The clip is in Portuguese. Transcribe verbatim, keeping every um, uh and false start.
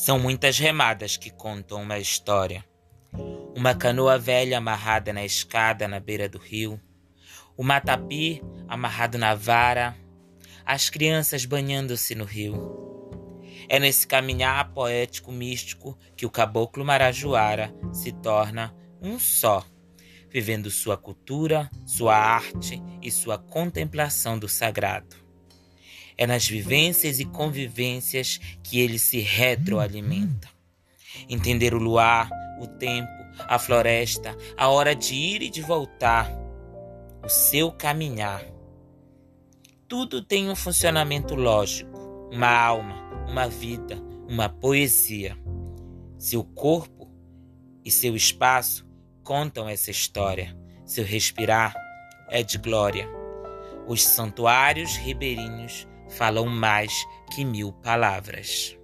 São muitas remadas que contam uma história. Uma canoa velha amarrada na escada na beira do rio, o matapi amarrado na vara, as crianças banhando-se no rio. É nesse caminhar poético-místico que o caboclo marajoara se torna um só, vivendo sua cultura, sua arte e sua contemplação do sagrado. É nas vivências e convivências que ele se retroalimenta. Entender o luar, o tempo, a floresta, a hora de ir e de voltar, o seu caminhar. Tudo tem um funcionamento lógico, uma alma, uma vida, uma poesia. Seu corpo e seu espaço contam essa história. Seu respirar é de glória. Os santuários ribeirinhos falam mais que mil palavras.